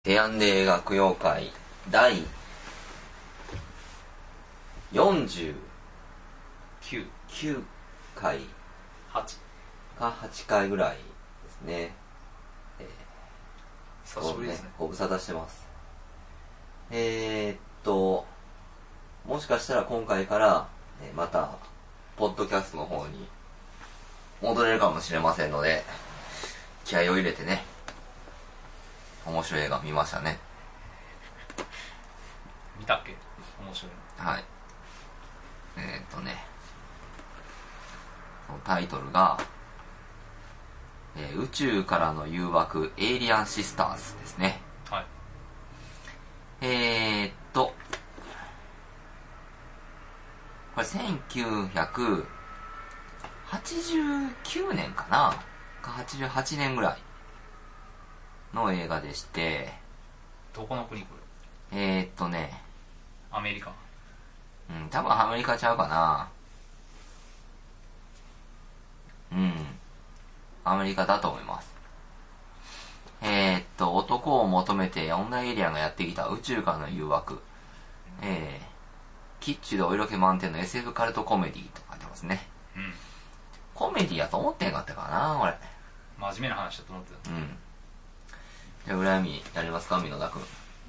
テアンデー学用会第49回か8回ぐらいですね。 久しぶりですね。 ご無沙汰してます。もしかしたら今回からまたポッドキャストの方に戻れるかもしれませんので、気合を入れてね、面白い映画見ましたね。 見たっけ？面白いの。 はい。タイトルが、宇宙からの誘惑エイリアンシスターズですね。 はい。 これ1989年かなか88年ぐらいの映画でして、 どこの国これ？アメリカ。 多分アメリカちゃうかな。アメリカだと思います。男を求めて女エイリアンがやってきた宇宙からの誘惑。キッチュでお色気満点の SF カルトコメディと書いてますね。コメディやと思ってんかったかな、これ。 真面目な話だと思ってた。 じゃあ、羨みやりますか、箕田くん。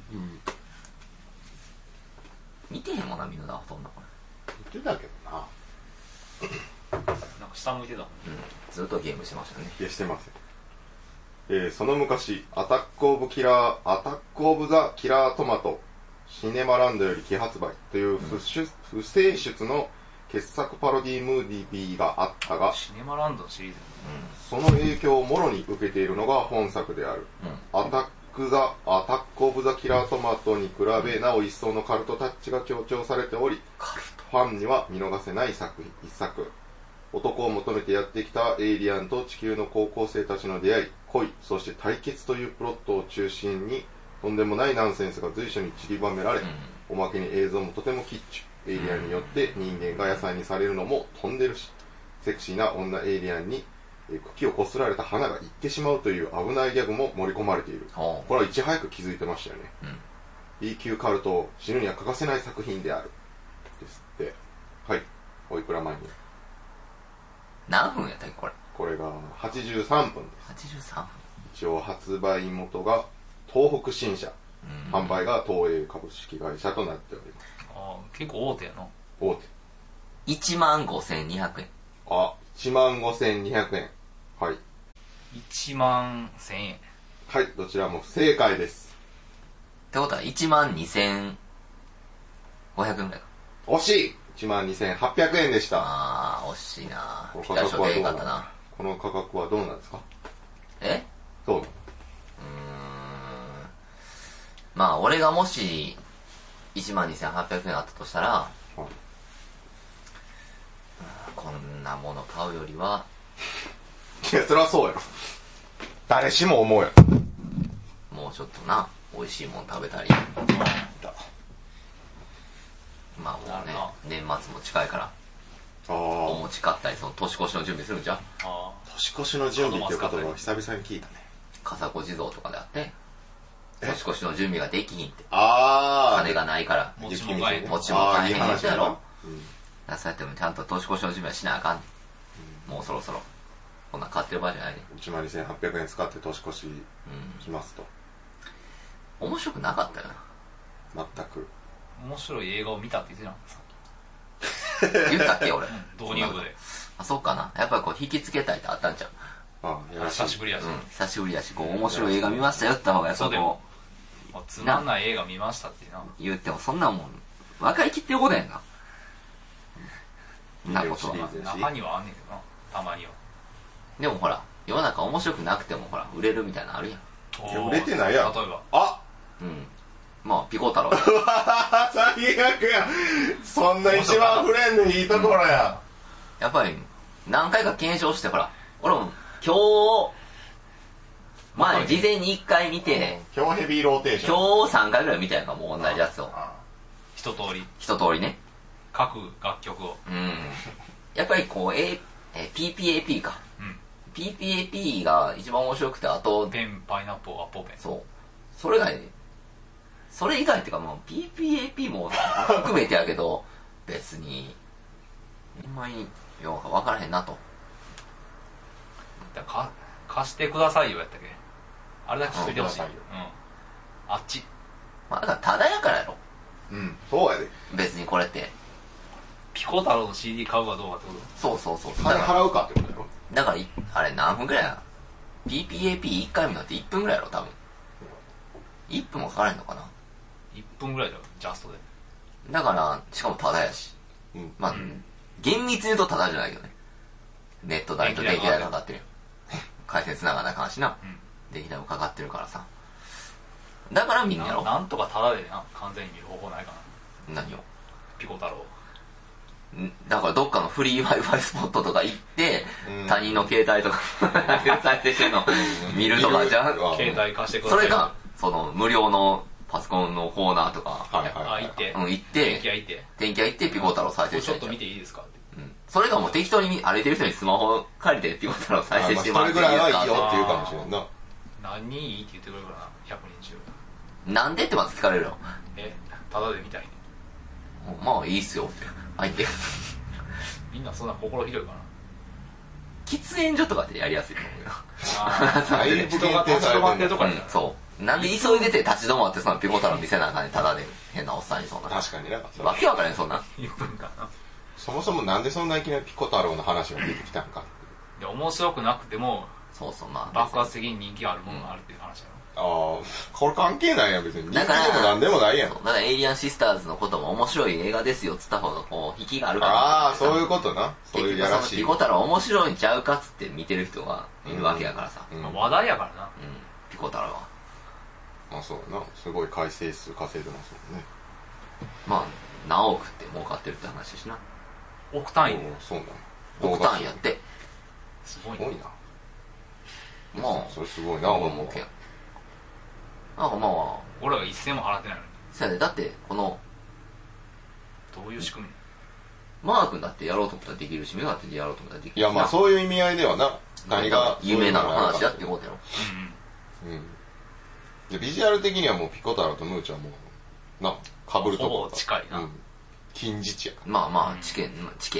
見てへんもんな、箕田ほとんどこれ。 見てたけどな。 なんか下向いてたもん。 ずっとゲームしてましたね。 いや、してません。その昔、アタックオブザキラートマトシネマランドより揮発売という不正出の傑作パロディムービーがあったが、 シネマランドのシリーズ。 その影響をもろに受けているのが本作である。アタックオブザキラートマトに比べなお一層のカルトタッチが強調されており、ファンには見逃せない一作。男を求めてやってきたエイリアンと地球の高校生たちの出会い、恋、そして対決というプロットを中心にとんでもないナンセンスが随所に散りばめられ、おまけに映像もとてもキッチュ。エイリアンによって人間が野菜にされるのも飛んでるし、セクシーな女エイリアンに茎をこすられた花がいってしまうという危ないギャグも盛り込まれている。これはいち早く気づいてましたよね。B 級カルトを知るには欠かせない作品であるですって。はい。おいくら前に何分やったっけこれ。 これが83分です。 83分。 一応発売元が東北新社、販売が東映株式会社となっております。 結構大手やな。 大手。 15,200円。 15,200円。はい。 11,000円。 はい、どちらも不正解です。 ってことは12,500円ぐらいか。 惜しい !12,800 円でした。 惜しいな。 この価格はどうなんですか？この価格はどうなんですか？どうなの？ まあ、俺がもし12,800円あったとしたら、こんなもの買うよりは、 いや、そりゃそうやろ。誰しも思うやろ。 もうちょっとな、美味しいもん食べたり。まあもうね、年末も近いから、お餅買ったり、その年越しの準備するんじゃん。 年越しの準備っていう言葉を久々に聞いたね。 笠子地蔵とかであって、年越しの準備ができひんって。 金金がないから。 餅も大変。 餅も大変やろ。そうやってもちゃんと年越しの準備はしなあかん。もうそろそろ。こんなん買ってる場合じゃないね。 12,800円使って年越ししますと。 面白くなかったよな。 全く。 面白い映画を見たって言ってたの。 言ったっけ俺。 導入部で。 そっかな。やっぱりこう引きつけたいってあったんちゃう。 久しぶりやし。 久しぶりやし、こう面白い映画見ましたよって方がやっぱこう。つまんない映画見ましたってな。 言ってもそんなもん、分かりきってることやんか。なことは。 中にはあんねんけどな。たまには。 でもほら、世の中面白くなくてもほら、売れるみたいなのあるやん。 売れてないやん。 例えば。 まあ、ピコ太郎。 最悪や。そんな一番フレンドにいいところや。 やっぱり、何回か検証して、ほら、俺も今日、事前に1回見て、 今日ヘビーローテーション。 今日3回ぐらい見たやんか、もう同じやつを。 一通り。 一通りね。 各楽曲を。 やっぱりこう、PPAP か。PPAP が一番面白くて、あと、 ペン、パイナップル、アポペン。 そう。 それ以外っていうかもう PPAP も含めてやけど、別に、ほんまによく分からへんなと。 貸してくださいよやったっけ。あれだけしといてほしい。うん。あっち。 まあだからただやからやろ。 うん、そうやで。 別にこれって。 ピコ太郎の CD 買うかどうかってこそう。 金払うかってことやろ。 だからあれ何分くらいや ?PPAP1 回目なんて1分くらいやろ、多分。1分もかからへんのかな。 と1分ぐらいだよ、ジャストで。 だから、しかもタダやし。まあ、厳密に言うとタダじゃないけどね。ネット代と電気代かかってるよ。回線繋がなあかんしな。電気代もかかってるからさ。だからみんなやろ。 なんとかタダでな、完全に見る方法ないかな。 何をピコ太郎。 だからどっかのフリー Wi-Fi スポットとか行って、他人の携帯とか再生してるの見るとかじゃん。 携帯貸してください。 それが、その無料のパソコンのコーナーとか、 行って。 行って、電気屋行ってピコ太郎再生してちょっと見ていいですかって。 それがもう適当に歩いてる人にスマホ借りてピコ太郎再生してもらっていいですか。 それぐらいはいいよって言うかもしれんな。 何人いいって言ってくれるかな、100人中。 なんでってまず聞かれるよ。 タダで見たいね。 まあいいっすよって。入って。 みんなそんな心広いかな。 喫煙所とかでやりやすいと思うよ。 だいぶ人が立ち止まってるとかに。 そう。なんで急いでて立ち止まってそのピコ太郎見せなあかんねただで変なおっさんにそんな。 確かにな。 わけわからんそんな。 1分かな。 そもそもなんでそんないきなりピコ太郎の話が出てきたんか。 いや、面白くなくても、 そうまあ。 爆発的に人気があるものがあるっていう話だよ。 ああ、これ関係ないやん別に。 だから、 人気でもなんでもないやん。 だからエイリアンシスターズのことも面白い映画ですよっつった方がこう、引きがあるから。 ああ、そういうことな。そういうやらしい。 ピコ太郎面白いんちゃうかっつって見てる人がいるわけやからさ。 話題やからな。 ピコ太郎は。 まあそうやな。すごい再生数稼いでますもんね。 まあ、何億って儲かってるって話しな。 億単位で。 そうな億単位やって。 すごいな。 まあ、 それすごいな、 俺も儲けや。なんかまあ、 俺らが1000も払ってないのに。 そうやね。だって、この、 どういう仕組み？ マー君だってやろうと思ったらできるし、メガテでやろうと思ったらできるし。 いやまあそういう意味合いではな。何が有名な話だってことやろ。 ビジュアル的にはもうピコ太郎とムーチはもう、な、被るとこほぼ近いな。 近似値やから。 まあまあ、地形。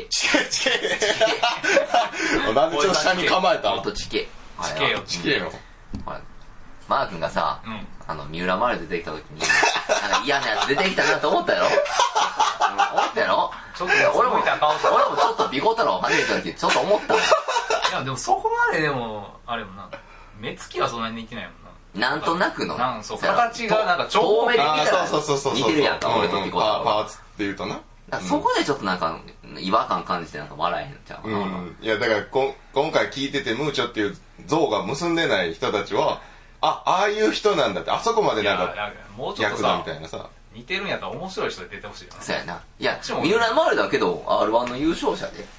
なんでちょっと下に構えたほんと地形。 地形の。 マー君がさ、三浦マルで出てきた時に、なんか嫌なやつ出てきたなと思ったやろ。思ったやろ。俺もちょっとピコ太郎初めての時ちょっと思ったもん。 いやでもそこまででも、あれもな、目つきはそんなに似てないもんな。 なんとなくの。 そう、形がなんか遠目で見たら似似てるやんか、俺とピコ太郎。 パーツって言うとな。 そこでちょっとなんか違和感感じてなんか笑えへんちゃうかな。 いやだから今回聞いててムーチョっていう像が結んでない人たちは、ああいう人なんだって、あそこまでなんかヤクザみたいなさ。 似てるんやったら面白い人で出てほしいよな。 そうやな。いや、三浦マルだけど R1 の優勝者で。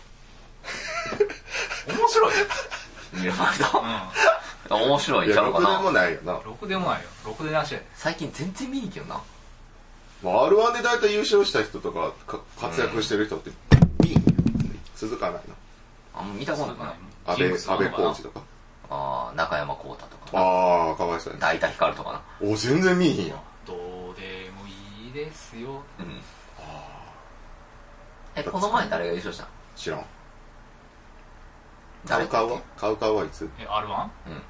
面白いよ。 三浦マルだ。面白いんちゃうかな。 ろくでもないよな。 ろくでもないよ。ろくでなしやで。 最近全然見に行けよな。 R1 で大体優勝した人とか活躍してる人って続かないな。 あんま見たことないかな。 安倍浩二とか。 ああ、中山浩太とか。 ああ、かわいそうやね。 大田光とかな。 お、全然見えへんやん。 どうでもいいですよ。 この前誰が優勝したの？ 知らん。 誰カウカウはいつ？ R1？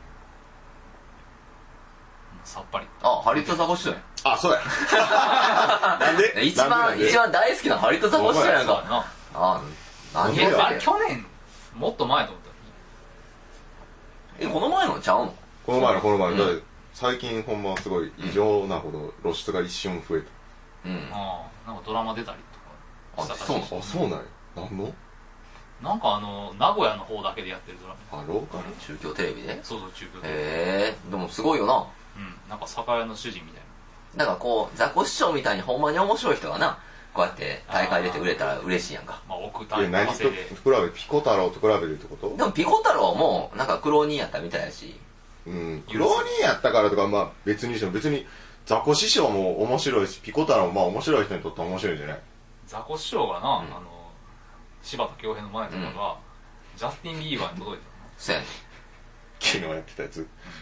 さっぱり。 あ、ハリウッドザコシショウや。 あ、そうや。なんで？ 一番大好きなハリウッドザコシショウやんか。あ、何あれ去年もっと前と思った。 この前のちゃうの？ この前の。最近ほんますごい異常なほど露出が一瞬増えた。 なんかドラマ出たりとか。 そうなんや。何の？ なんか名古屋の方だけでやってるドラマ。 あ、ローカル？ 中京テレビで？ そう、中京テレビ。 でもすごいよな。 なんか酒屋の主人みたいな。なんかこう、ザコシショウみたいにほんまに面白い人がな、こうやって大会出て売れたら嬉しいやんか。 まあ、億単位何と比べ、ピコ太郎と比べるってこと？ でもピコ太郎も、なんか苦労人やったみたいやし。 苦労人やったからとか、まあ別にしても、別にザコ師匠も面白いし、ピコ太郎もまあ面白い人にとって面白いんじゃない？ ザコ師匠がな、柴田恭平の前とかが、ジャスティン・ビーバーに届いたの。 そうやね。 昨日やってたやつ。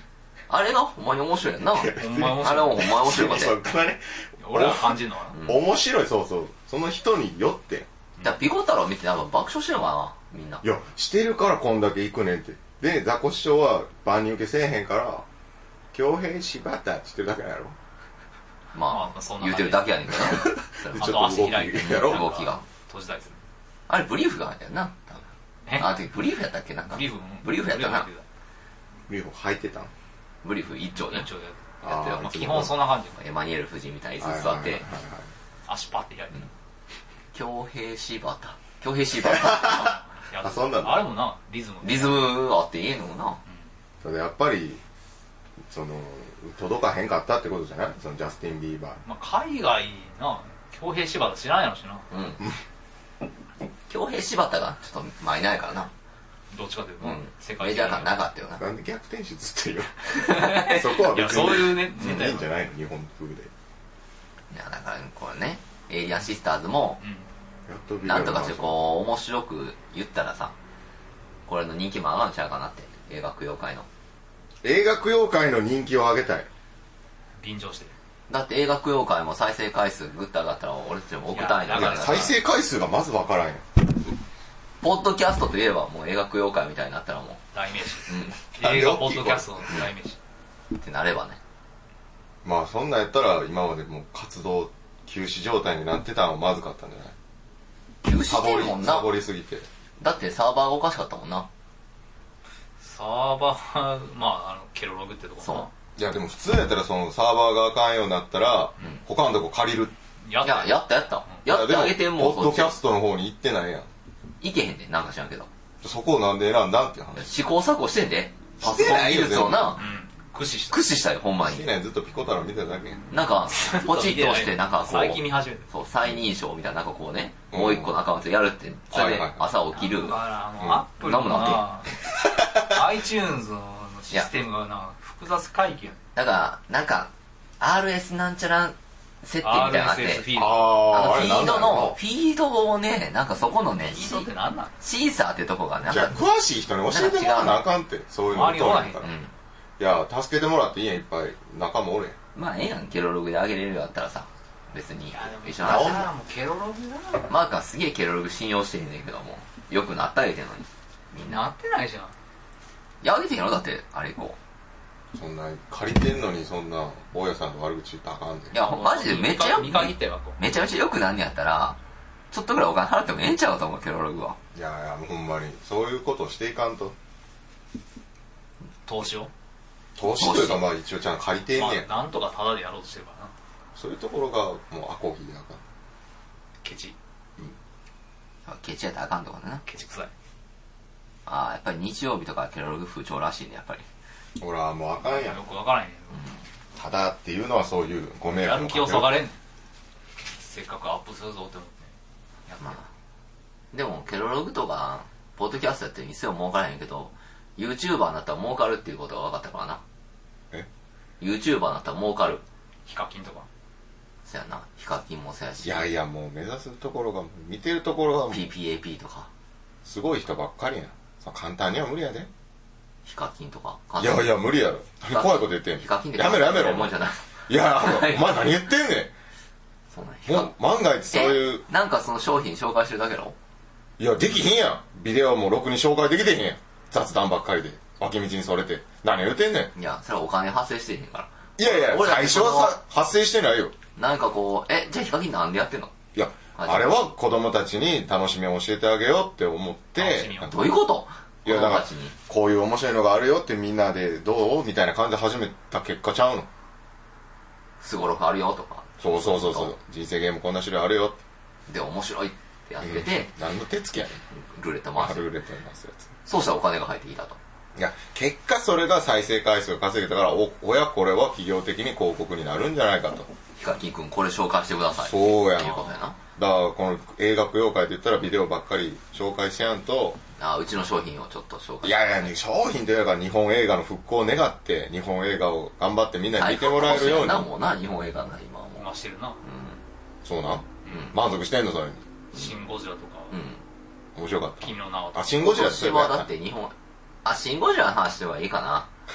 あれがほんまに面白いやんな。 ほんま面白い。 あれもほんまに面白いことや。 そこがね、 俺は感じるのはな。 面白い、そうそう。その人によって。 だからピコ太郎見てなんか爆笑してるのかな、みんな。 いや、してるからこんだけ行くねんって。で、ザコ師匠は万人受けせえへんから、京平柴田って言ってるだけなんやろ。 まあ、 そんな言うてるだけやねんけどな。 ちょっと足開いてやろ動きが。 閉じたりする。 あれブリーフが入ったよな、多え分。あ、てブリーフやったっけなんか。 ブリーフ、 ブリーフやったな。 ビーフ履いてたんブリーフ一丁ね。 一丁でやってるよ。 まあ基本そんな感じ。 エマニュエル夫人みたいに椅子座って、 足パッて開いて。 京平柴田。京平柴田。 やあそんなんだあれもな、リズム。 リズムあっていいのな。 それでやっぱり、その、届かへんかったってことじゃないそのジャスティン・ビーバー。 まあ海外な、京平柴田知らんやろしな。 うん。京平柴田がちょっとマイナーやからな。 どっちかというと、世メジャー感なかったよな。 なんで逆転出ってるよ。そこはいや、 別に。 そういうね、 いいんじゃないの日本風で。 いや、だからこれね、エイリアンシスターズも、 やっとビーバーなんとかしてこう、面白く言ったらさ、これの人気も上がるんちゃうかなって、映画供養会の。 映画供養会の人気を上げたい。 便乗して。 だって映画供養会も再生回数グッと上がったら俺たちも億単位のいや、再生回数がまずわからんよ。 ポッドキャストといえばもう映画供養会みたいになったらも代名詞。 う、 映画ポッドキャストの代名詞。 ってなればね。 まあそんなんやったら今までもう活動休止状態になってたのはまずかったんじゃない休止してるもんな。 サボりすぎて。 だってサーバーがおかしかったもんな。 サーバー、まあ、ケロログってとこそう。 いやでも普通やったらそのサーバーがあかんようになったら、他のとこ借りる。 やったいや、やった。やってあげてももポッドキャストの方に行ってないやん。 いけへんで、なんか知らんけど。 そこをなんで選んだんっていう話。 試行錯誤してんで。パソしてコンないよ技術をな、 うん。駆使した。 駆使したよ、ほんまに。 してないずっとピコ太郎見てただけやん。 なんか、ポチッと押して、なんかこう、 最近見始めて。 そう、再認証みたいな、なんかこうね、もう一個のアカウントやるって、それではいはい朝起きる。 だからアップルのな、iTunes のシステムがな、複雑回帰やん。 だから、なんか、RS なんちゃら設定みたいなのがあって、 RSS フィード。 あフィードの、フィードをね、なんかそこのね、 フィードって何なん？ シーサーってとこがなんじゃあか、 詳しい人に教えてもらわなあかんって。そういうの周りおらへんから。 うん。 いや、助けてもらっていいやん、いっぱい。仲もおれん。 まあええやん、ケロログで上げれるようだったらさ、別にいやでも一緒の話だ。 もうケロログだな。 マークはすげえケロログ信用してんねんけども、よくなってあげてんのに。みんな。 なってないじゃん。 いや、あげてんやろだって、あれ以降。 そんな、借りてんのにそんな、大家さんの悪口言ったらあかんねん。 いや、マジでめっちゃ見限ったよ、こめちゃめちゃ良くなんねやったら、ちょっとぐらいお金払ってもええんちゃうと思う、ケロログは。 いやいや、ほんまに、そういうことをしていかんと。 投資を。 投資というか、まあ一応ちゃんと借りてんまねん。 あ、なんとかタダでやろうとしてるからな。 そういうところが、もうアコギであかん。 ケチ。 ケチやったらあかんとかね。 ケチ臭い。 ああ、やっぱり日曜日とかケロログ風潮らしいね、やっぱり。 ほら、もうあかんやんよ。くわからへんけただっていうのはそういうご迷ど。やる気を惑をかけるそがれんねん。せっかくアップするぞって思って。やってまあ、でも、ケロログとか、ポッドキャストやって店を儲からへんけど、YouTuber になったら儲かるっていうことが分かったからな。 え YouTuber になったら儲かる。 ヒカキンとか。 そやな。ヒカキンもそやし。 いやいや、もう目指すところが、見てるところがもう、 PPAP とか、 すごい人ばっかりやん。そう簡単には無理やで。 ヒカキンとか。 いやいや、無理やろ。何怖いこと言ってんのヒカキンってやめろやめろ。 もんじゃない。 いや、お前何言ってんねそうなんん。もう万が一そういう、 なんかその商品紹介してるだけだろ。 いや、できひんやん。ビデオもろくに紹介できてへんやん。雑談ばっかりで。脇道にそれて。何言ってんねん。 いや、それはお金発生してへんから。 いやいや、 俺だって最初はさ、発生してないよ。 なんかこう、じゃあヒカキンなんでやってんの？ いや、あれは子供たちに楽しみを教えてあげようって思って楽しみを、 どういうこと？ いや、だから子供たちに、 こういう面白いのがあるよってみんなでどうみたいな感じで始めた結果ちゃうの。 すごろくあるよとか。 そうそうそうそう。人生ゲームこんな種類あるよで、面白いってやってて、 何の手つきやねん。 ルーレット回して。 ルーレットに回すやつ。 そうしたらお金が入ってきたと。 いや、結果それが再生回数を稼げたから、これは企業的に広告になるんじゃないかと。 ヒカキンくんこれ紹介してください。 そうやん。 っていうことやな。 だからこの映画供養会って言ったらビデオばっかり紹介しやんと、 あ、うちの商品をちょっと紹介いやいや、商品というか日本映画の復興を願って日本映画を頑張ってみんなに見てもらえるように。 なもうな、日本映画な、今はもう。 今してるな。 そうなん、満足してんのそれに。 シン・ゴジラとか、 面白かった。 君の名は。 あ、シンゴジラって今年はだって日本、あ、シンゴジラの話ではいいかな。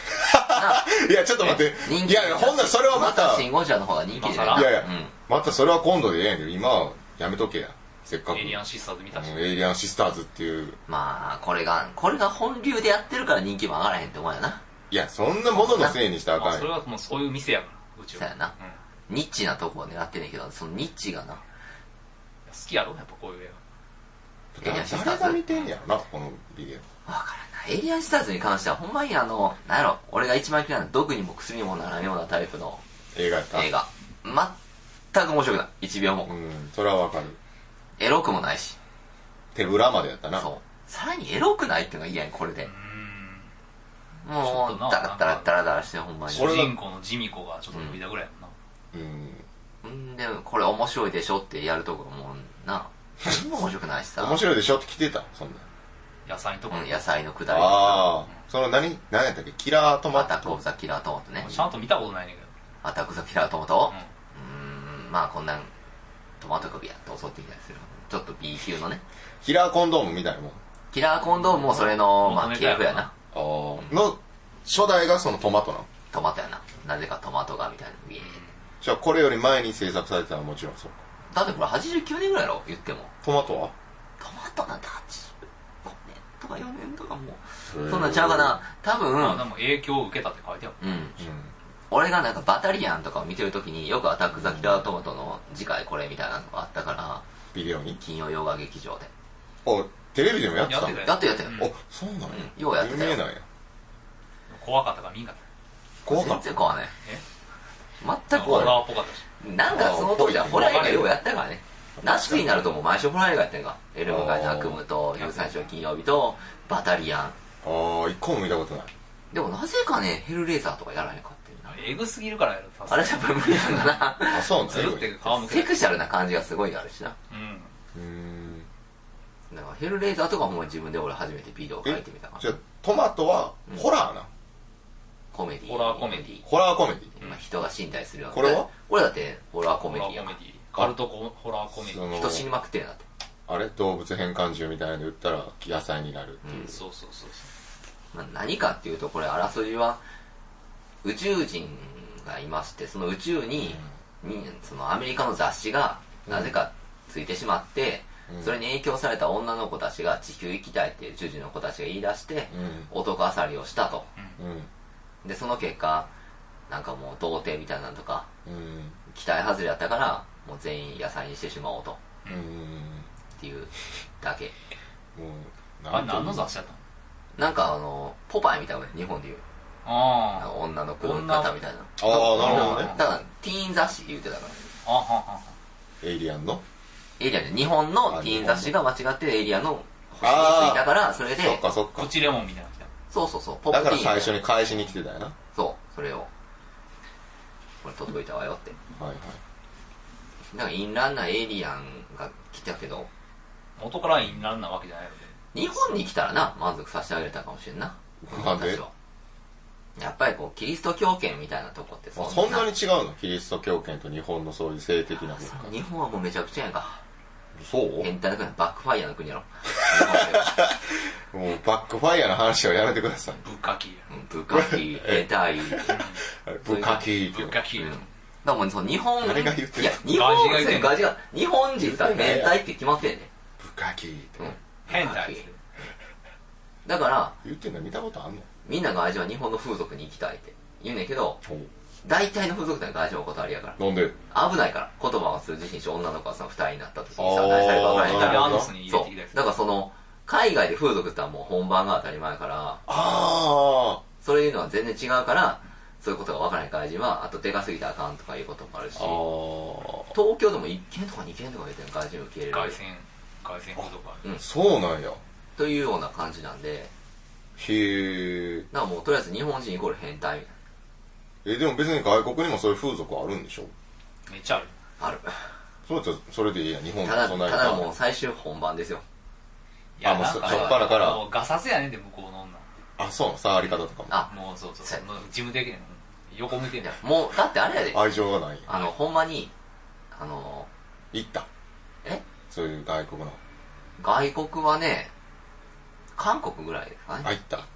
いやちょっと待って人気いやほんならそれはまたシン・ゴジラの方が人気で今更いやいや、 うんまたそれは今度でええんやけど今はやめとけやせっかくエイリアンシスターズ見たし、 エイリアンシスターズっていうまあこれが本流でやってるから人気も上がらへんって思うよないやそんなもののせいにしたらあまあ、 かんよそれはもうそういう店やから宇宙そうやなニッチなとこを狙ってんねんけどそのニッチがな好きやろやっぱこういう映エイリアンシスターズ誰が見てんやろなこのビデわからんなエイリアンシスターズに関してはほんまになんやろ俺が一番嫌いな毒にも薬にもならんようなタイプのオ映画やった映画全く面白くない1秒もそれはわかるエロくもないし手裏までやったなそうさらにエロくないっていうのが嫌やんこれで画もうちょっとなダラダラダラダラしてほんまに主人公のジミコがちょっと伸びたぐらいやんな、 うんでこれ面白いでしょってやるとこもな何も面白くないしさ面白いでしょって来てたそんな野菜のところ、 野菜のくだりああその何やったっけキラートマアタック・オトブ・ザ・キラートマトねちゃんと見たことないねんけど、 アタック・ザ・キラートマトうんまあこんなんトマト首やって襲ってきたりするちょっと B 級のねキラーコンドームみたいなもんキラーコンドームもそれのまあ系譜やなの初代がそのトマトなのトマトやななぜかトマトがみたいなビーじゃあこれより前に制作されてたのはもちろんそうだってこれ89年ぐらいやろ言ってもトマトはトマトなんて85年とか4年とかもうそんなんちゃうかな多分まあでも影響を受けたって書いてある俺がなんかバタリアンとかを見てるときによくアタック・ザ・キラートマトの次回これみたいなのがあったからビデオに金曜洋画劇場でおテレビでもやってたのやってたよやってやってるおそうなのようやってたよ有名なんや怖かったから見んかった怖かった全然怖ない全くホラ怖ーっぽかったしいなんかその当時はホラー映画ようやったからね夏になるともう毎週ホラー映画やってんかエルム街の悪夢と有最初金曜日とバタリアンああ一個も見たことないでもなぜかねヘルレーザーとかやらへんかってんなエグすぎるからやるあれやっぱり無理なんだなあそうなんずるって顔向けセクシャルな感じがすごいあるしなだからヘルレーザーとかほんまに自分で俺初めてビデオ書いてみたからじゃあトマトはホラーなコメディホラーコメディホラーコメディまあ人が死んだりするようなこれはこれだってホラーコホメディやからラーコメディカルトホラーコメディその人死にまくってるなってあれ動物変換獣みたいなので売ったら野菜になるっていうそうそうそうまあ、何かっていうとこれあらすじは宇宙人がいましてその宇宙にそのアメリカの雑誌がなぜかついてしまってそれに影響された女の子たちが地球行きたいっていう宇宙人の子たちが言い出して男あさりをしたとでその結果なんかもう童貞みたいなのとか期待外れやったからもう全員野菜にしてしまおうとっていうだけもうあれ何の雑誌やったのなんかポパイみたいな日本でいうあ女の黒い方みたいなああなるほどねだからティーン雑誌言うてたからあははエイリアンのエイリアンで日本のティーン雑誌が間違ってエイリアンの星についたからそれでそっかそっかプチレモンみたいなの来たそうそうそうポだからップティーン最初に返しに来てたよなそうそれをこれ届いたわよってはいはいだからインランなエイリアンが来たけど元からインランなわけじゃないので日本に来たらな満足させてあげれたかもしれんななんで私はやっぱりこうキリスト教圏みたいなとこってそんなに違うのキリスト教圏と日本のそういう性的な文化日本はもうめちゃくちゃやんかそう変態の国バックファイヤーの国やろもうバックファイヤーの話はやめてくださいブッカキブカキ変態ブカキーっていうブッカキだからもうその日本誰が言ってるいや日本ガジが言ってんのガジが日本人さ変態って決まってんねブカキーって変態だから言ってんの見たことあんのみんなガジは日本の風俗に行きたいって言うねんけど大体の風俗ってガジはお断りやからなんで危ないから言葉が通じひんし女の子がさ二人になった時にさ何したらいいか分からへんからアナウンスに入れてきたやつそうだからその海外で風俗ってのはもう本番が当たり前やからあそういうのは全然違うからそういうことが分からない外人はあとでかすぎたらあかんとかいうこともあるしあ東京でも1軒とか2軒とか言ってん外人受け入れられる凱旋風俗あるそうなんやというような感じなんでへえだからもうとりあえず日本人イコール変態みたいでも別に外国にもそういう風俗あるんでしょめっちゃあるなあるそうだったらそれでいいや日本でただそんなにただもう最終本番ですよもうなんかしょっぱなからもうガサツやねんで向こうの女あそう触り方とかもあもうそうそうそう事務的に横向いてんだよもうだってあれやで愛情がないほんまに行ったえそういう外国の外国はね韓国ぐらいですかねあ行った行ったわ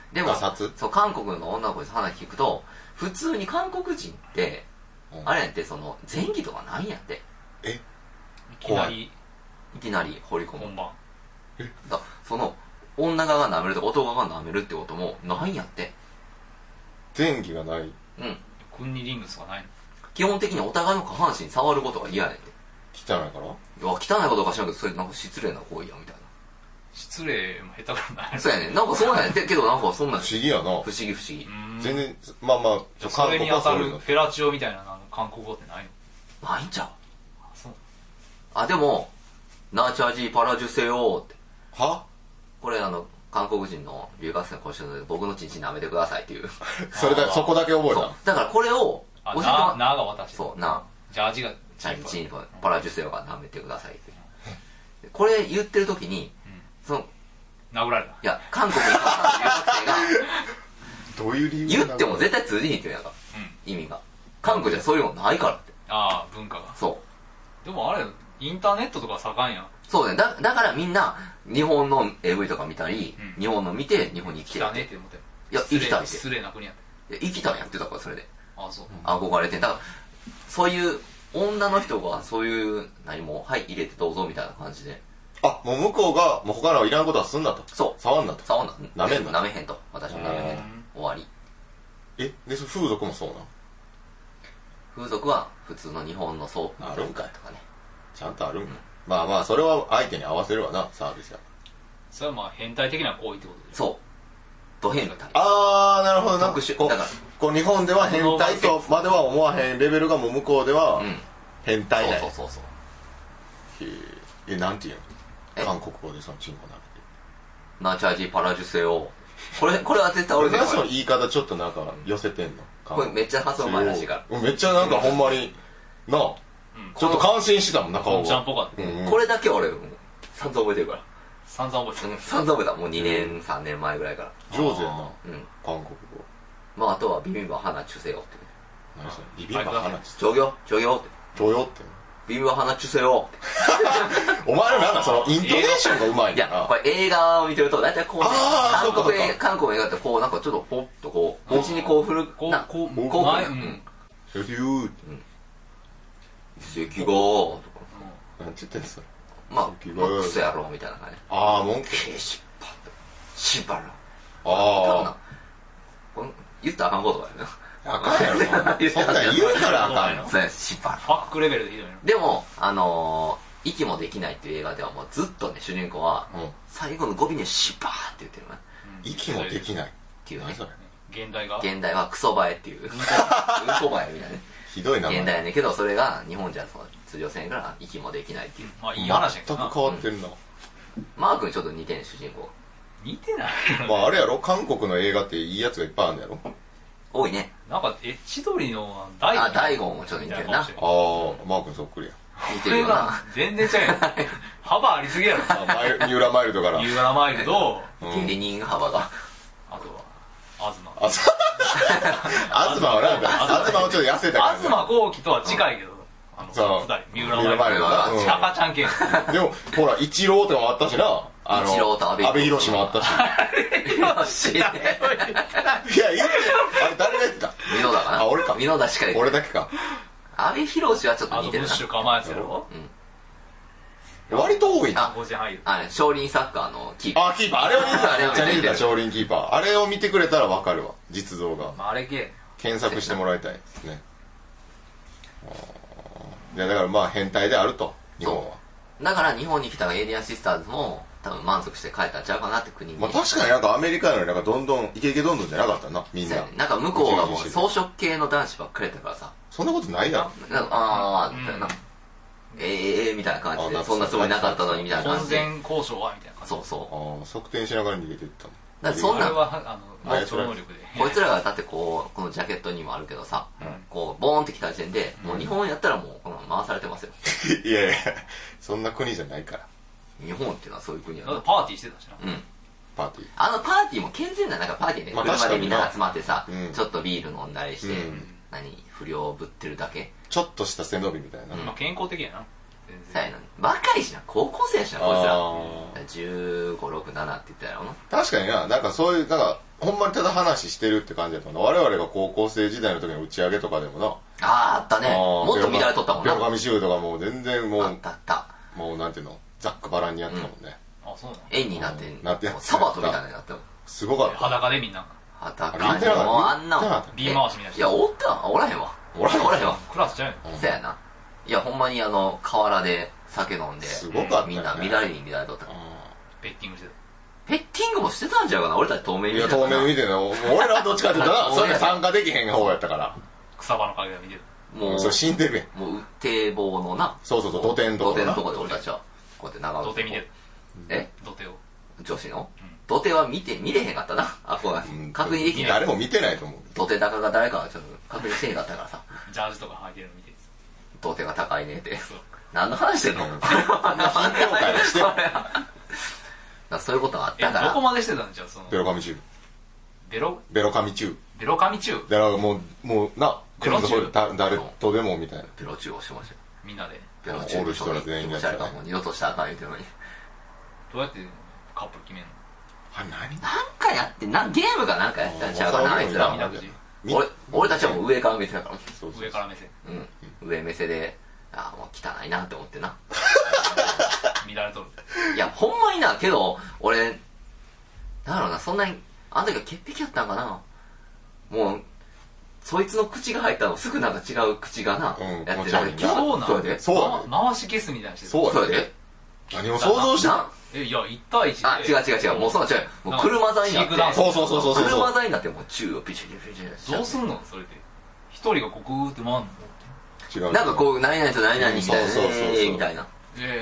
でもガサツそう韓国の女の子に話聞くと普通に韓国人って、あれやってその前戯とかないんやって。 え、 いきなりいきなり放り込む。 本番。 だその女側が舐めるとか男側が舐めるってこともないんやって。 前戯がない。 うん。 君にリングスがないの。 基本的にお互いの下半身触ることが嫌やねんて。 汚いから。 いや汚いことか知らんけどそれなんか失礼な行為やみたいな。 失礼も下手くない。 そうやねん。なんかそうやねんけどなんかそんなん不思議やな。 不思議不思議。 全然、まあまあ、 それに当たる韓国はそういうのフェラチオみたいな韓国語ってないの？ ないんちゃう。 そう。 あ、でも、ナーチャージーパラジュセヨーって。 はこれ韓国人の留学生の講師で僕のチンチン舐めてくださいっていう。 そこだけ覚えそうた。 だからこれをあ、 教えてもらなーが私。 そう、なジャージがチンチンパラジュセヨーが舐めてくださいって。これ言ってる時に、その、 殴られた。 いや、韓国に留学生が、 どういう理由言っても絶対通じにって言うんやから、意味が。韓国じゃそういうのないからって。 ああ、文化が。 そう。 でもあれ、インターネットとか盛んやん。 そうね。だからみんな、日本の AV とか見たり、日本の見て、日本に来てる来たねって思ってる。 いや、行きたいって。 失礼な国やって。 いや、行きたいやってたから、それで。 ああ、そう。 憧れて。だから、そういう、女の人がそういう、何も、はい、入れてどうぞみたいな感じで。 あ、もう向こうが、もう他のいらんことはすんなと。 そう。 触んなと。 触んな。 舐めんな。 舐めへんと。私も舐めへんと。終わり。 え、で、風俗もそうなの？ 風俗は普通の日本のソープあるんかいとかね。 ちゃんとあるんか。まあまあ、それは相手に合わせるわな、サービスや。 それはまあ変態的な行為ってことで。 そう。ド変態。 あー、なるほどな。 特殊。 こだから、 う日本では変態とまでは思わへんレベルがもう向こうでは変態だよ。 そう。 なんて言うえの？韓国語でそのチンコ舐めて。 ナーチャージーパラジュセを。これは絶対俺俺がその言い方ちょっとなんか寄せてんの。 これめっちゃ発音前らしいから。 めっちゃなんかほんまに、なあ、ちょっと感心してたもんな、顔が。 ちゃんっぽかった。 これだけは俺、散々覚えてるから。 散々覚えてる。 散々覚えた。もう2年、3年前ぐらいから。 上手やな、韓国語。 まああとはビビンバ花チュセヨって。 何それ？ビビンバ花チちょぎょって。 ちょよって。 ビビンバ花チュセヨって。 お前のなんかそのイントネーションがうまいんいだな。 や、これ映画を見てると大体こうね、韓国の映画ってこうなんかちょっとポッとこう、内にこう振る、こう振る。 セリュー。 関語とか。 なんて言ってんすか？ まあ、クソやろみたいな感じ。 あー、文句。 シンパラ。 あー。言ったらあかんことだよね。 あかんやろ、そんなん言うからあかんよ。 そうや、シンパラ。 ファックレベルでひどいの。 でも、息もできないっていう映画ではもうずっとね、主人公は、最後の語尾にシパーって言ってるね。 息もできない。 っていうね。 現代が現代はクソバエっていう。うんこバエみたいなね。 ひどいな。 現代やねんけど、それが日本じゃ通常せんから息もできないっていう。 まあいい話やけどな。 全く変わってるな。 マー君ちょっと似てんね主人公。 似てない。 まああれやろ、韓国の映画っていいやつがいっぱいあるんやろ。 多いね。 なんかエッチ鳥の大悟。 大悟もちょっと似てるな。 ああ、マー君そっくりや。 似てるよな。 全然違うよ。幅ありすぎやろ。 三浦マイルドから。 三浦マイルド、 芸人幅が。 あとは、東はなんだ。東はちょっと痩せたから。 東幸輝とは近いけど、 そう。 三浦マイルドが赤ちゃん系。 でも、ほら、イチローとかもあったしな。 イチローと阿部寛もあったし。いや、言って、あれ誰が言ってた？ 箕田かな。 あ、俺か。 箕田しか言って俺だけか。 阿部寛はちょっと似てるな。 ブッシュ構えやつやろ。 割と多いな。 少林サッカーのキーパー。 あ、キーパー。あれは似てた。めっちゃ似てた、少林キーパー。あれを見てくれたらわかるわ。実像が。 あれ系。 検索してもらいたいですね。いや、だからまあ変態であると、日本は。 だから日本に来たエイリアンシスターズも多分満足して帰ったんちゃうかなって国に。 まあ確かになんかアメリカよりなんかどんどん、イケイケどんどんじゃなかったな、みんな。 なんか向こうがもう装飾系の男子ばっかりだからさ。 そんなことないやろ。 あー、みたいな。みたいな感じで、そんなつもりなかったのにみたいな感じで。 婚前交渉はみたいな感じ。 そうそう。 ああ、側転しながら逃げていったの。 だからそんな、 超能力で。 こいつらがだってこう、このジャケットにもあるけどさ、こう、ボーンって来た時点で、もう日本やったらもうこのまま回されてますよ。 いやいや、そんな国じゃないから。 日本っていうのはそういう国やな。 パーティーしてたしな。 うん。 パーティー。 パーティーも健全ななんかパーティーで、車でみんな集まってさ、ちょっとビール飲んだりして、不良ぶってるだけ。 ちょっとした背伸びみたいな。 まあ健康的やな。 そうやな。若いしな、高校生やしな、こいつら。15、6、7って言ったやろな。 確かにな、なんかそういう、なんか、ほんまにただ話してるって感じだったな。我々が高校生時代の時の打ち上げとかでもな。 あったね。もっと乱れとったもんな。 ペロカミシューとかもう全然もう、 あった。 もうなんていうの、ざっくばらんにやってたもんね。 あ、そうなの。 円になって、 もうサバトみたいになっても。 すごかった。 裸でみんな。 裸見てなかったもうあんなもん。 ビー回しみたいな。 いや、おらへんわ。おらへんわ。 クラスちゃうよ。 そうやな。いや、ほんまに河原で酒飲んで、 すごかったね。 みんな乱れとった。 ベッティングしてた。 ペッティングもしてたんちゃうかな、俺たち遠目にいや、遠目に見てんの。俺らはどっちかって言ったら、それに参加できへん方やったから。 草場の陰で見てる。 もう、 それ死んでるやん。 もう、堤防のな。 そう、土手のところ。 土手のとこで俺たちは、こうやって眺めて。 土手見てる。土手を。 女子の土手は見れへんかったな。あ、こう確認できない。 誰も見てないと思う。 土手高が誰かはちょっと確認してへんかったからさ。 ジャージとか履いてるの見てる。 土手が高いねって。何の話してんの？そういうことがあったから。 どこまでしてたんじゃ、その。 ベロカミチュー。ベロカミチュー。 ベロカミチュー。 だからもうな、 ベロチュー。誰とでもみたいな。 ベロチューをしましたよ。 みんなで。 ベロチュー。 おる人ら全員やってた。 もう二度としたらあかん言うてるのに。 どうやってカップル決めんの？ あ、何？ なんかやって、ゲームかなんかやったんちゃうかな、あいつら。俺たちはもう上から目線だから。 上から目線。 うん。上目線で、ああ、もう汚いなって思ってな。 乱れとる。 いや、ほんまにな、けど、俺、なんだろうな、そんなに、あの時は潔癖やったんかな。もう、そいつの口が入ったのすぐなんか違う口がな、やってたそうなんで。 そう回し消すみたいなしてそうやで。何を想像してた？ いや、1対1で。 あ、違う。もうそんな違う。もう車座になって。 そう。 車座になってもう宙をピチピチピチ。 どうすんのそれで。一人がこうグーって回んの？ 違う。 なんかこう、何々と何々みたいな。 そうみたいな。 イエ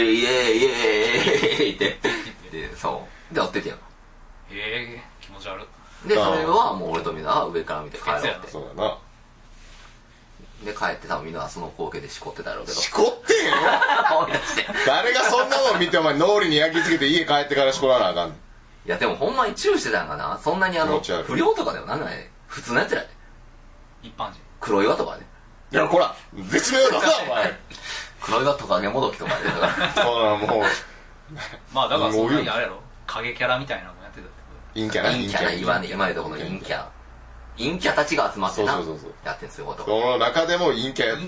ーイって。で、そう。で、やっててやん。 気持ち悪い。 で、それはもう俺とみんな上から見て帰ろうって。 そうだな。 で、帰って多分みんなはその光景でしこってたやろうけど。 しこってんよ誰がそんなもん見てお前脳裏に焼き付けて家帰ってからしこらなあかんねん。 いやでもほんまにチューしてたんかな。そんなに不良とかでもなんない普通のやつらで。 一般人。 黒岩とかね。 いや、こら、絶妙ださ、お前。 黒岩トカゲもどきとかで。 そうな、もう。 まあだからそんなにあれやろ。影キャラみたいなのもやってたってこと。陰キャな、 言わねえ、今言うとこの陰キャ。陰キャたちが集まってな。そう。やってんすよ、こと。 その中でも陰キャやった。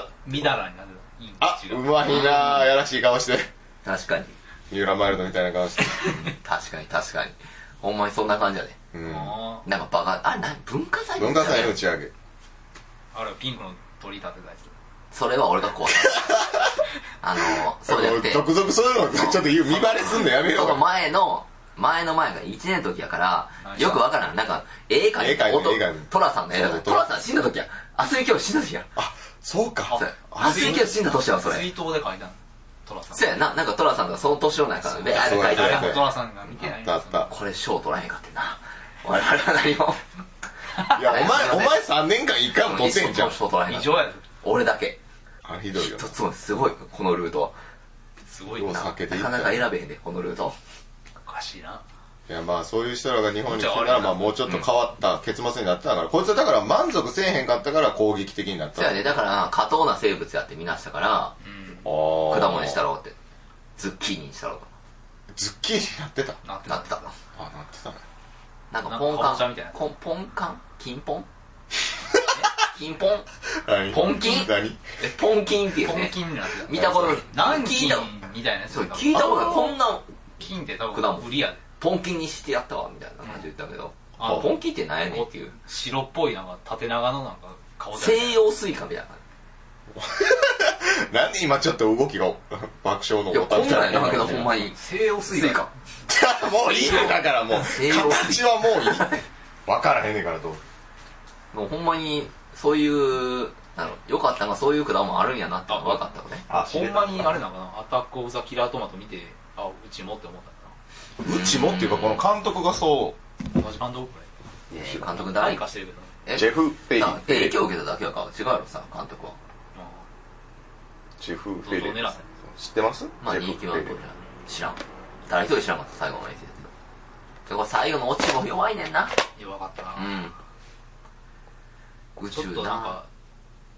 みだらになってた。あ、うまいなぁ、やらしい顔して。 確かに。 三浦マイルドみたいな顔して。 確かに。ほんまにそんな感じやね。なんかバカ、あれ何文化祭の打ち上げ。 あれピンクの鳥立てたやつ。 それは俺が怖い。そうやって。 続々そういうのちょっと見バレすんのやめよう。 その前が1年の時やから、よくわからん。なんか、絵描いて、トラさんの絵だから、トラさん死んだ時や。アスリケオ死んだ時や。 あ、そうか。 アスリケオ死んだ年や、それ。 水筒で描いたの。トラさん。 そうやな。なんかトラさんとかその年の中で、あれ描いてた。トラさんが見てないんだ。 これ賞取らへんかってんな。我々は何も。 いや、お前3年間1回も取ってんじゃん。 異常やで。 俺だけ。 あ、ひどいよ。 一つもすごい、このルート。 すごいな。 なかなか選べへんで、このルート。 おかしいな。 いや、まあそういう人らが日本に来たら、まあもうちょっと変わった結末になってたから、こいつはだから満足せえへんかったから攻撃的になった。 そうやね、だから過当な生物やって見なしたから、果物にしたろうって。ズッキーニにしたろうと。 ズッキーニになってた？ なってた。 あ、なってたね。 なんかポンカン、ポンカン金ポン金ポンポンキンポンキンっていうね。 ポンキンになってた。 見たことない。 南京みたいなやつ。 聞いたことない。こんな。 金って多分売りやで。 ポンキンにしてやったわ、みたいな感じで言ったけど。ポンキンって何やねんっていう。 白っぽいなんか縦長のなんか顔で。 西洋スイカみたいな。 なんで今ちょっと動きが爆笑のおたみたいな。ほんまに。 西洋スイカ。 もういいね、だからもう。形はもういい。分からへんねんからどう。 もうほんまに、そういう、よかったがそういう果物あるんやなって分かったのね。 ほんまにあれなのかな、アタックオブザキラートマト見て、うちもって思ったな。うちもっていうか、この監督がそう。 同じ監督これ。監督誰かしてるけど。ジェフ・ペイ。 影響受けただけやから違うよさ、監督は。 ジェフ・フェレ。知ってます？ まあ人気は知らん。誰一人知らんかった、最後まで言ってたけど。最後のオチも弱いねんな。 弱かったな。 宇宙な。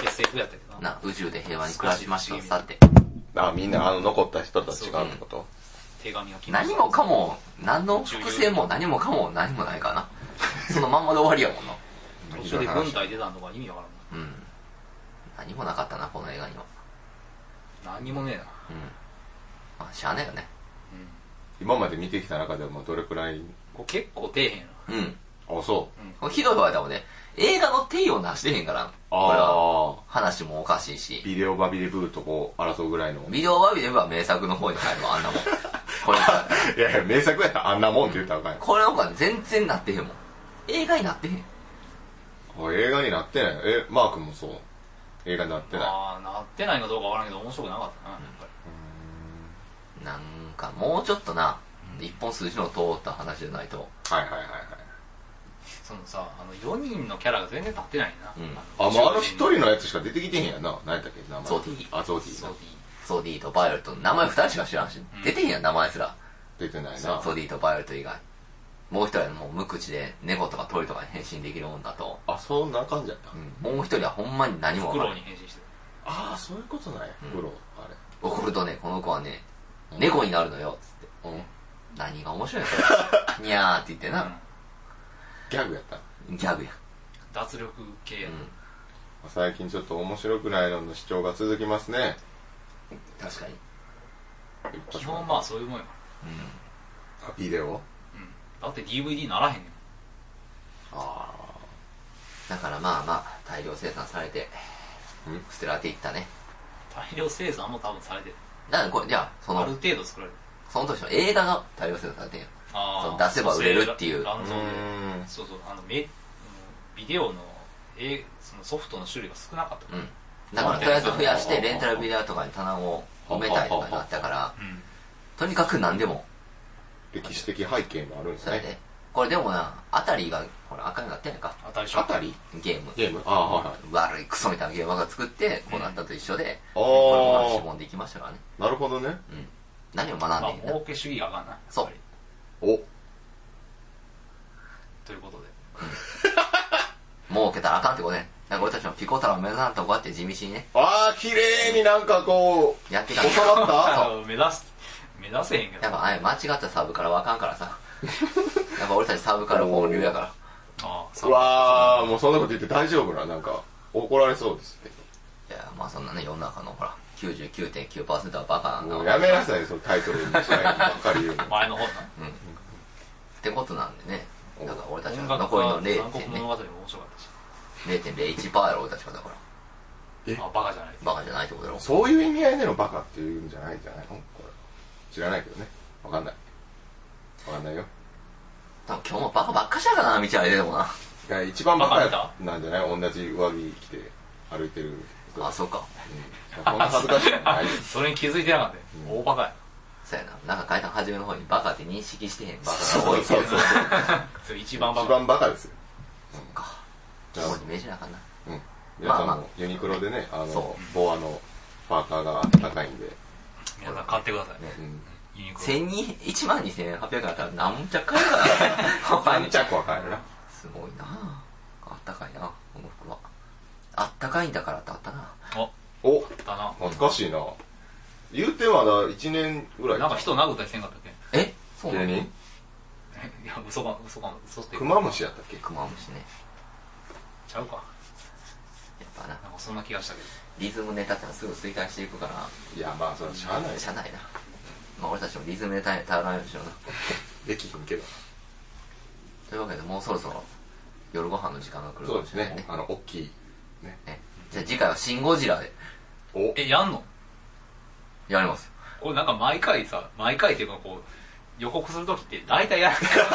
SF やったけどな。 宇宙で平和に暮らしましょうさって。 みんな残った人たちがってこと？ 手紙が来ました。 何もかも、何の伏線も何もかも何もないからな。そのまんまで終わりやもんな。 途中で軍隊出たんとか意味わからんな。 何もなかったな、この映画には。 何もねえな。 まあ、しゃあないよね。 今まで見てきた中でもどれくらい？ 結構底辺やな。 あ、そこれひどい場合でもね、映画の定をなしてへんから、これは話もおかしいし。 ビデオバビデブーとこう争うぐらいの。 ビデオバビデブは名作の方に入るの、あんなもん。これいやいや、名作やったらあんなもんって言ったらあかんよ。 これの方が全然なってへんもん。映画になってへん。 映画になってない。マー君もそう。映画になってない。 なってないかどうかわからんけど面白くなかったな、やっぱり。 なんかもうちょっとな、一本筋の通った話じゃないと。 はいはいはいはい。 そのさ、4人のキャラが全然立ってないな。 もう一人のやつしか出てきてへんやんな。何やったっけ名前。 ゾディ。 ゾディ。 ゾディとバイオレット。名前2人しか知らんし、出てへんやん、名前すら。 出てないな。 ゾディとバイオレット以外。もう一人はもう無口で猫とか鳥とかに変身できる女と。 そんな感じやった。 もう一人はほんまに何もフクロウに変身してる。 そういうことなんや。フクロウ、あれ。 怒るとね、この子はね、猫になるのよ、つって。何が面白いのそれ。にゃーって言ってな。 ギャグやった。 ギャグや。 脱力系や。 最近ちょっと面白くないのの視聴が続きますね。 確かに。 基本まあそういうもんや。 ビデオ？ だって DVD ならへんねん。 だからまあまあ大量生産されて捨てられていったね。 大量生産も多分されてる。 だからこれじゃあある程度作られる。 その時の映画が大量生産されてんや。出せば売れるっていう。 そうそう、ビデオのそのソフトの種類が少なかった。 だからとりあえず増やしてレンタルビデオとかに棚を埋めたいとかになったから、とにかく何でも。 歴史的背景もあるんですね。 これでもな、あたりがほら赤になってないか。 あたりゲーム。悪いクソみたいなゲームが作ってこうなったと一緒で、これもしぼんでいきましたからね。 なるほどね。 何を学んでいいんだ。 儲け主義があかんな。 そう。 ということで。 儲けたらあかんってことね。なんか俺たちのピコ太郎を目指さんとこうやって地道にね。 綺麗になんかこう、 やってた。 収まった？ 目指せへんけど。 やっぱ間違ったサブからはあかんからさ。やっぱ俺たちサブから本流やから。 うわー、もうそんなこと言って大丈夫な、なんか怒られそうですね。 いや、まあそんなね、世の中のほら、99.9% はバカなんだ。 もうやめなさい、そのタイトルにしたいばっかり言うの。 前の方な。 ってことなんでね。だから俺たちの残りの 0.01% やろ、俺たちはだから。 バカじゃない。 バカじゃないってことだろ。 そういう意味合いでのバカっていうんじゃないんじゃないの？これ知らないけどね。わかんないよ。 多分今日もバカばっかしやからな、道あれでもな。 いや、一番バカなんじゃない？同じ上着着て歩いてる。 そうか。 こんな恥ずかしいのないよ。 それに気づいてなかったよ。大バカや。 そうやな。なんか書いた初めの方にバカって認識してへんバカが多いけど。 そう一番バカですよ。 そっか。今日に命じなあかんな。 皆さんもユニクロでね、ボアのパーカーが高いんで。 皆さん買ってくださいね。 12,82800円だったら何着買えるかな。 3着は買えるな。 すごいな。あったかいな、この服は。あったかいんだからってあったな。 懐かしいな。言うてまだ1年ぐらい。 なんか人殴ったりせんかったっけ？そうなの？ いや、嘘ってクマムシやったっけ？ クマムシね。 ちゃうか。 やっぱな。 なんかそんな気がしたけど。 リズムネタってのはすぐ衰退していくから。 いや、まあそれはしゃあない。 しゃあないな。まあ俺たちもリズムネタに頼らないでしょうな。 できひんけど。 というわけでもうそろそろ夜ご飯の時間が来るそうですね。大きい。ね。 じゃあ次回はシン・ゴジラで。 やんの？ やります。 これなんか毎回っていうかこう、予告するときって大体や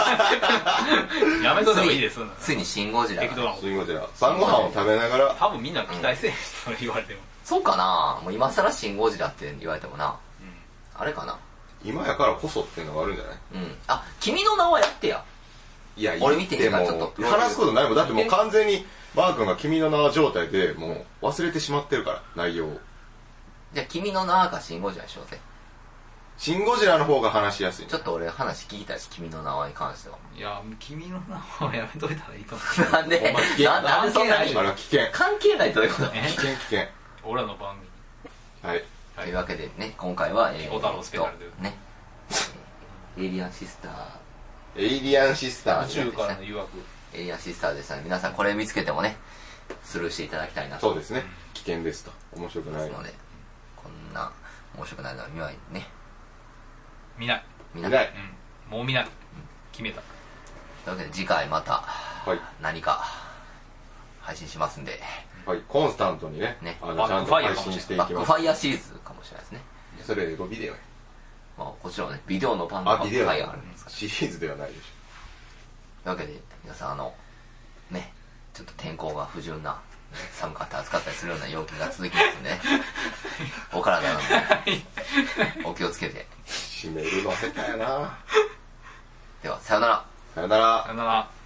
めといた方がいいです。 ついにシン・ゴジラ。 シン・ゴジラ。晩ご飯を食べながら。 多分みんな期待せえと言われても。 そうかな？もう今更シン・ゴジラって言われてもな。あれかな？ 今やからこそっていうのがあるんじゃない？ 君の名はやってや。 いや、 俺見てへんからちょっと。 話すことないもん。だってもう完全に、マー君が君の名は状態でもう忘れてしまってるから、内容を。 じゃあ君の名はかシン・ゴジラにしようぜ。 シン・ゴジラの方が話しやすい。 ちょっと俺話聞きたいし、君の名はに関しては。 いや、君の名はやめといたらいいと思う。 なんでなんでそんなにあら、危険。 関係ないということ危険、危険。 俺らの番組。 はい。 というわけでね、今回は、 彦太郎スペシャルでね、エイリアンシスター。 エイリアンシスター。 宇宙からの誘惑。 エイリアンシスターでしたね。皆さんこれ見つけてもね、スルーしていただきたいなと。 そうですね。危険ですと。面白くないので、こんな面白くないのは見ないね。 見ない。 見ない。 うん。もう見ない。決めた。 というわけで次回また、何か配信しますんで。 はい、コンスタントにね、ちゃんと配信していきます。 バックファイアシリーズかもしれないですね。 それ英語ビデオや。 まあ、こちらはね、ビデオのパンがビデオがあるんですかシリーズではないでしというわけで、皆さんね、ちょっと天候が不順な、寒かったり暑かったりするような陽気が続きますんでね、お体なので、お気をつけて。 締めるの下手やな。 では、さよなら。 さよなら。 さよなら。